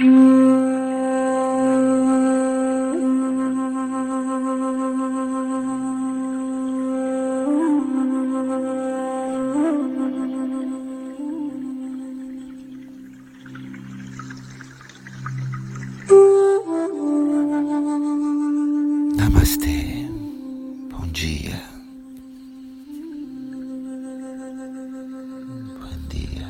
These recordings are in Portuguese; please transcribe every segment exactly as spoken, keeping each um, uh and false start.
Namastê, bom dia, bom dia.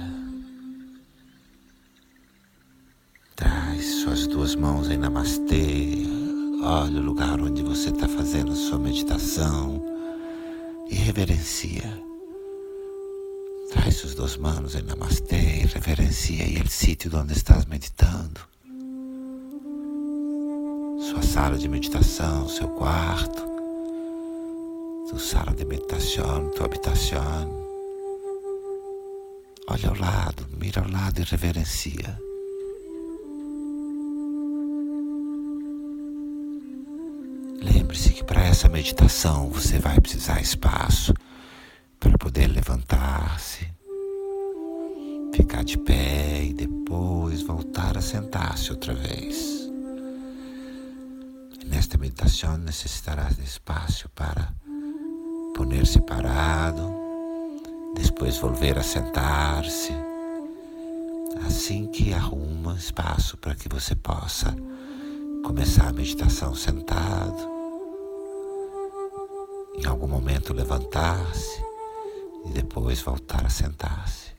Traz suas duas mãos em Namastê, olha o lugar onde você está fazendo sua meditação e reverencia. Traz suas duas mãos em Namastê e reverencia aí o sítio onde estás meditando. Sua sala de meditação, seu quarto, sua sala de meditação, tua habitação. Olha ao lado, mira ao lado e reverencia. Lembre-se que para essa meditação você vai precisar de espaço para poder levantar-se, ficar de pé e depois voltar a sentar-se outra vez. Nesta meditação necessitarás de espaço para poner-se parado, depois volver a sentar-se, assim que arruma espaço para que você possa começar a meditação sentado, em algum momento levantar-se e depois voltar a sentar-se.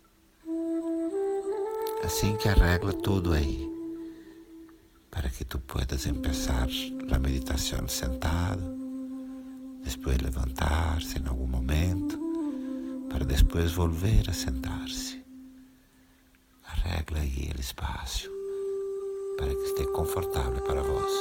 Assim que arregla tudo aí, para que tu puedas empezar a meditação sentado, depois levantar-se em algum momento, para depois volver a sentar-se. Arregla aí o espaço, para que esteja confortável para vós.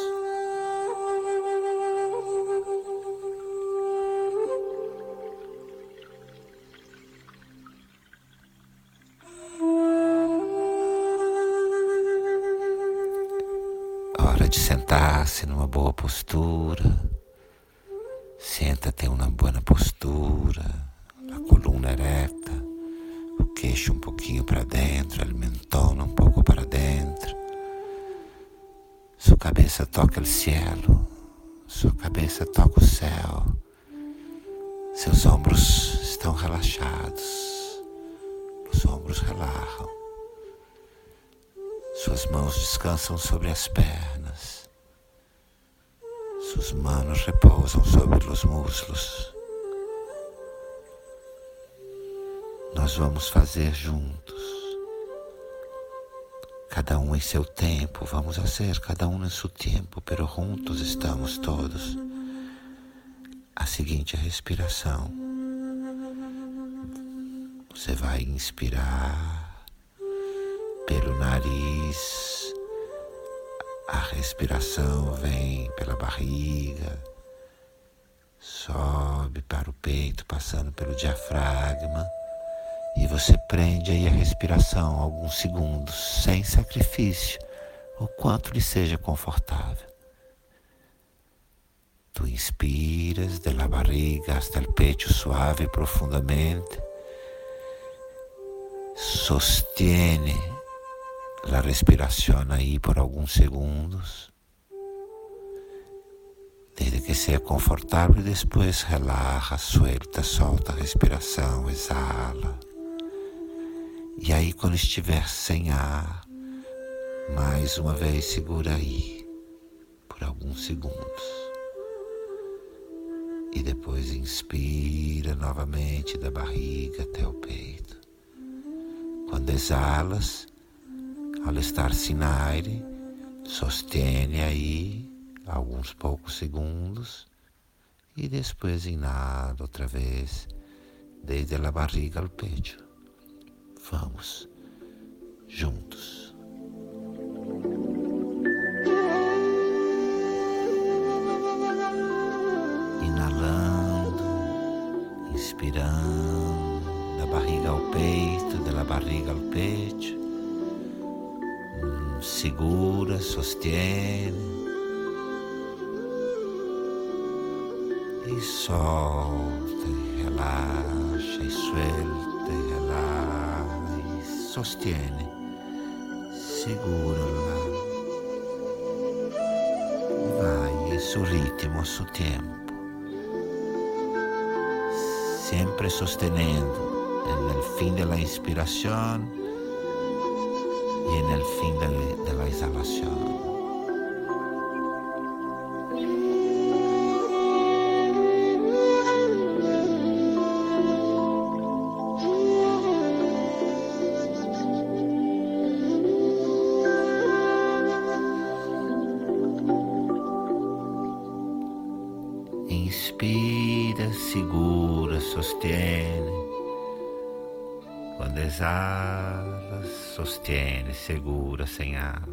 Hora de sentar-se numa boa postura. Senta-te em uma boa postura, a coluna ereta, o queixo um pouquinho para dentro, o mentón um pouco para dentro. Sua cabeça toca o cielo, sua cabeça toca o céu. Seus ombros estão relaxados, os ombros relaxam. Suas mãos descansam sobre as pernas. Suas manos repousam sobre os muslos. Nós vamos fazer juntos. Cada um em seu tempo, vamos fazer cada um em seu tempo, pero juntos estamos todos. A seguinte respiração. Você vai inspirar pelo nariz, a respiração vem pela barriga, sobe para o peito, passando pelo diafragma, e você prende aí a respiração alguns segundos, sem sacrifício, o quanto lhe seja confortável. Tu inspiras de la barriga hasta el pecho suave e profundamente, sostiene la respiración ahí por algunos segundos, desde que sea confortável, e depois relaxa, suelta, solta a respiração, exala. E aí quando estiver sem ar, mais uma vez segura aí, por alguns segundos. E depois inspira novamente da barriga até o peito. Quando exalas, ao estar sem aire, sostene aí alguns poucos segundos e depois inala outra vez, desde a barriga ao peito. Vamos, juntos. Inalando, inspirando, da barriga ao peito, da barriga ao peito. Segura, sostiene e solta, e relaxa, e suelta, e relaxa, e sostiene, segura lá. su ritmo, su tiempo, siempre sosteniendo en el fin de la inspiración y en el fin de, de la exhalación. Inspira, segura, sostiene. Quando exala, sostiene, segura, sem ar.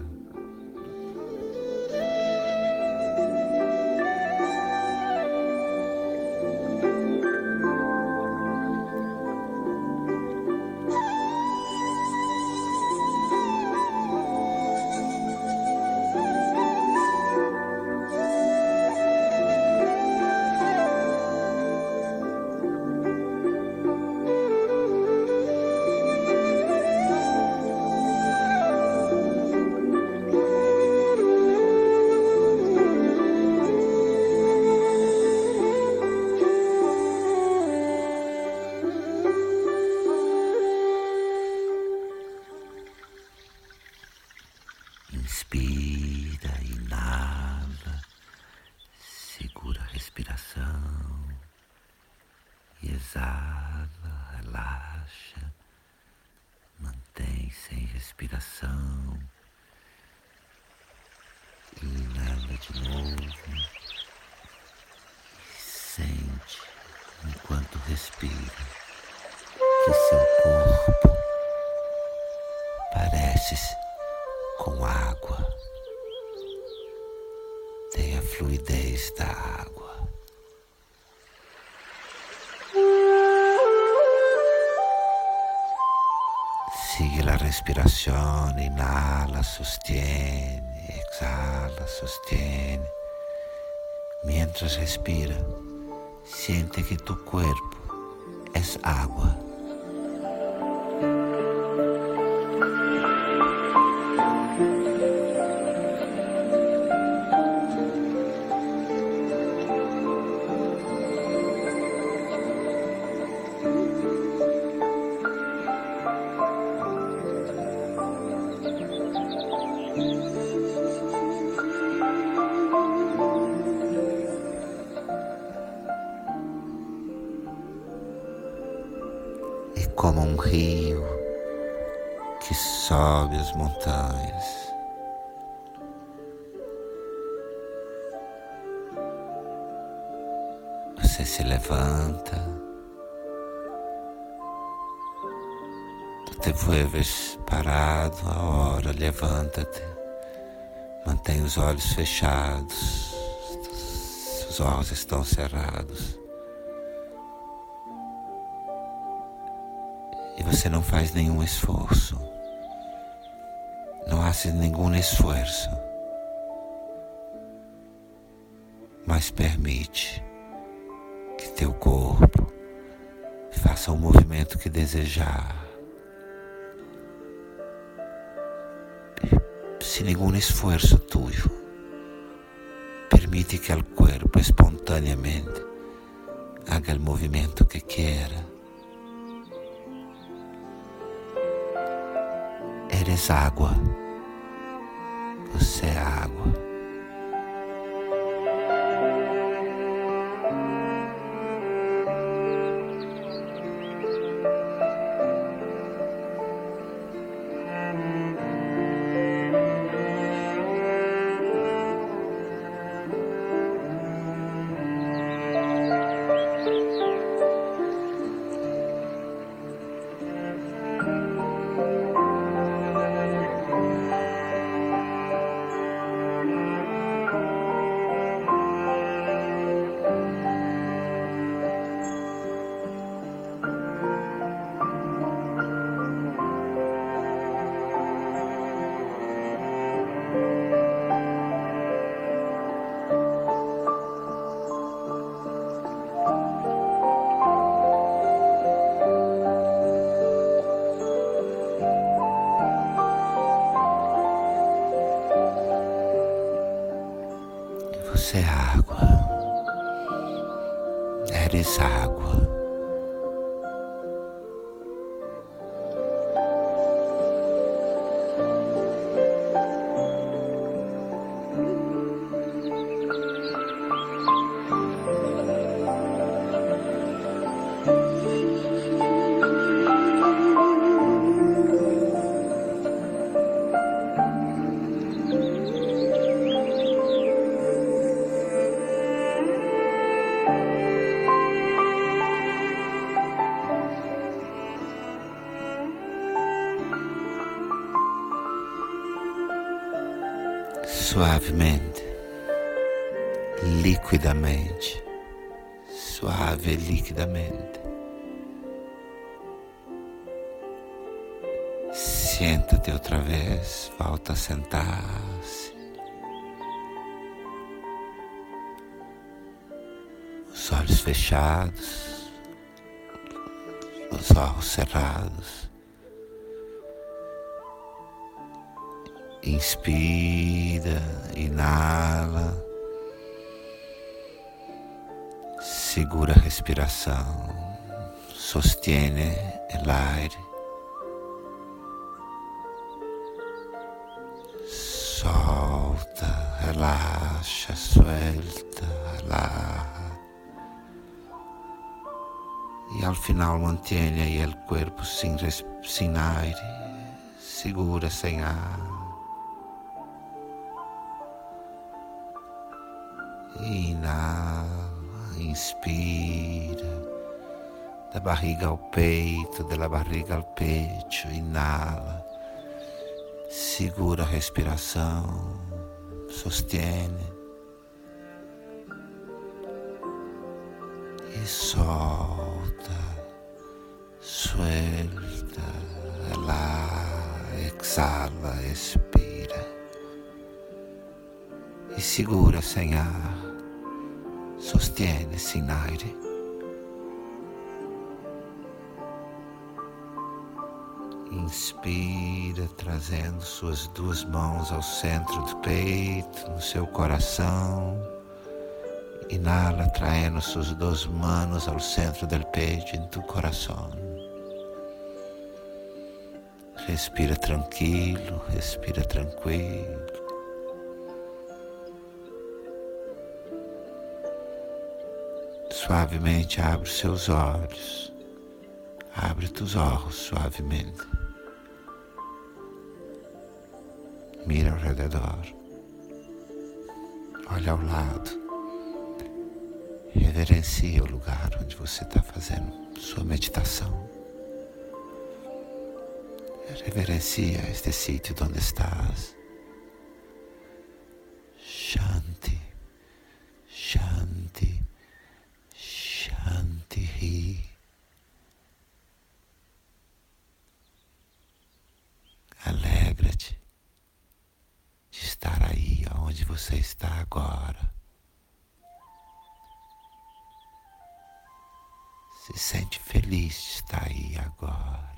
Inspira, inala, segura a respiração e exala, relaxa, mantém sem respiração, inala de novo e sente enquanto respira que seu corpo parece com água, tem a fluidez da água. Sigue la respiración, inhala, sostiene, exhala, sostiene. Mientras respira, siente que tu cuerpo es agua. Como um rio que sobe as montanhas. Você se levanta, te vuelves parado a hora, levanta-te, mantém os olhos fechados, os olhos estão cerrados. E você não faz nenhum esforço, não hace nenhum esforço, mas permite que teu corpo faça o movimento que desejar, sem nenhum esforço tuyo. Permite que o corpo espontaneamente haga o movimento que quiera. Eres água, você é água. Você é água. Eres água. Suavemente, liquidamente, suave e liquidamente. Senta-te outra vez, volta a sentar-se. Os olhos fechados, os olhos cerrados. Inspira, inala, segura a respiração, sostiene o ar, solta, relaxa, suelta, relaja, e ao final mantiene aí o corpo sem, sem ar, segura sem ar. Inala, inspira, da barriga ao peito, da barriga ao peito, inala, segura a respiração, sostiene e solta, suelta, relaxa, exala, expira e segura sem ar. Sostiene sem aire. Inspira, trazendo suas duas mãos ao centro do peito, no seu coração. Inala, traindo suas duas mãos ao centro do peito, em tu coração. Respira tranquilo, respira tranquilo. Suavemente abre seus olhos, abre tus olhos suavemente, mira ao redor, olha ao lado, reverencia o lugar onde você está fazendo sua meditação, reverencia este sítio onde estás. Shanti, Shanti. Shanti. Alegra-te de estar aí onde você está agora. Se sente feliz de estar aí agora.